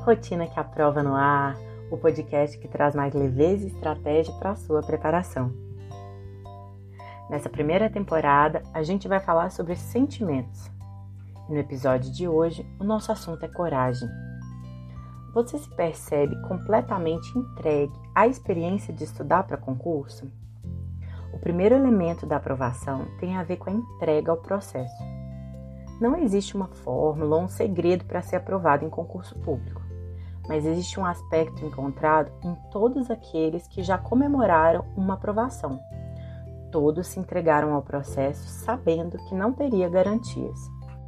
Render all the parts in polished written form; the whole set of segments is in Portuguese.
Rotina que aprova no ar, o podcast que traz mais leveza e estratégia para a sua preparação. Nessa primeira temporada, a gente vai falar sobre sentimentos. E no episódio de hoje, o nosso assunto é coragem. Você se percebe completamente entregue à experiência de estudar para concurso? O primeiro elemento da aprovação tem a ver com a entrega ao processo. Não existe uma fórmula ou um segredo para ser aprovado em concurso público, mas existe um aspecto encontrado em todos aqueles que já comemoraram uma aprovação. Todos se entregaram ao processo sabendo que não teria garantias.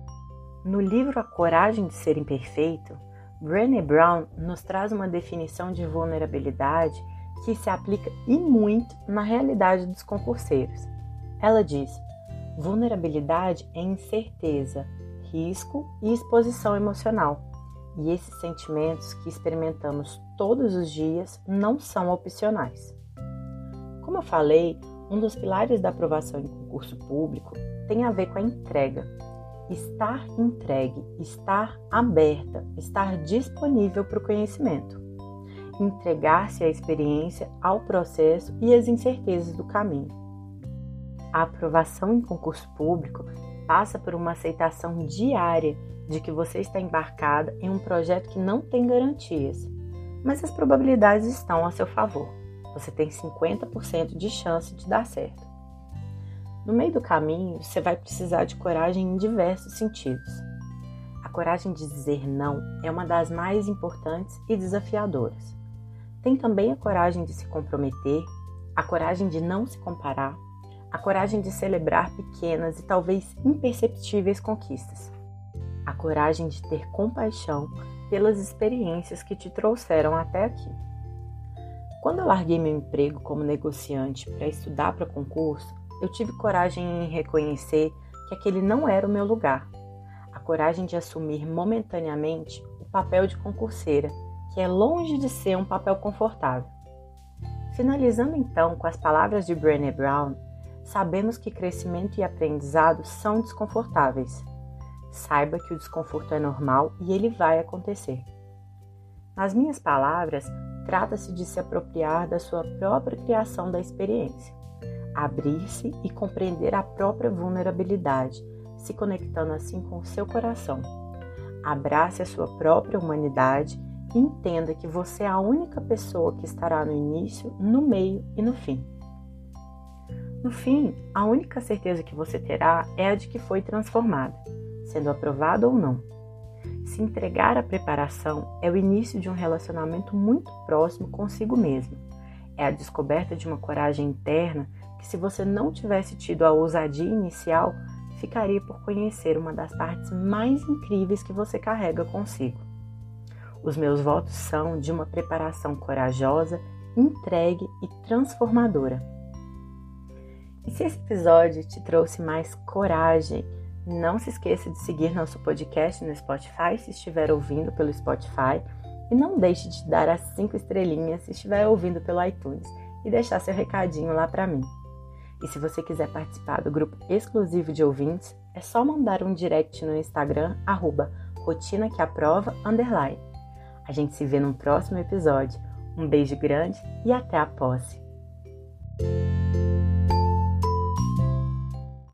No livro A Coragem de Ser Imperfeito, Brené Brown nos traz uma definição de vulnerabilidade que se aplica e muito na realidade dos concurseiros. Ela diz: vulnerabilidade é incerteza, risco e exposição emocional. E esses sentimentos que experimentamos todos os dias não são opcionais. Como eu falei, um dos pilares da aprovação em concurso público tem a ver com a entrega. Estar entregue, estar aberta, estar disponível para o conhecimento. Entregar-se à experiência, ao processo e às incertezas do caminho. A aprovação em concurso público passa por uma aceitação diária de que você está embarcada em um projeto que não tem garantias, mas as probabilidades estão a seu favor. Você tem 50% de chance de dar certo. No meio do caminho, você vai precisar de coragem em diversos sentidos. A coragem de dizer não é uma das mais importantes e desafiadoras. Tem também a coragem de se comprometer, a coragem de não se comparar, a coragem de celebrar pequenas e talvez imperceptíveis conquistas. A coragem de ter compaixão pelas experiências que te trouxeram até aqui. Quando eu larguei meu emprego como negociante para estudar para concurso, eu tive coragem em reconhecer que aquele não era o meu lugar. A coragem de assumir momentaneamente o papel de concurseira, que é longe de ser um papel confortável. Finalizando então com as palavras de Brené Brown, sabemos que crescimento e aprendizado são desconfortáveis. Saiba que o desconforto é normal e ele vai acontecer. Nas minhas palavras, trata-se de se apropriar da sua própria criação da experiência, abrir-se e compreender a própria vulnerabilidade, se conectando assim com o seu coração. Abrace a sua própria humanidade e entenda que você é a única pessoa que estará no início, no meio e no fim. No fim, a única certeza que você terá é a de que foi transformada, sendo aprovado ou não. Se entregar à preparação é o início de um relacionamento muito próximo consigo mesmo. É a descoberta de uma coragem interna que, se você não tivesse tido a ousadia inicial, ficaria por conhecer uma das partes mais incríveis que você carrega consigo. Os meus votos são de uma preparação corajosa, entregue e transformadora. E se esse episódio te trouxe mais coragem, não se esqueça de seguir nosso podcast no Spotify se estiver ouvindo pelo Spotify e não deixe de dar as 5 estrelinhas se estiver ouvindo pelo iTunes e deixar seu recadinho lá para mim. E se você quiser participar do grupo exclusivo de ouvintes, é só mandar um direct no Instagram, @rotinaqueaprova_. A gente se vê num próximo episódio. Um beijo grande e até a posse!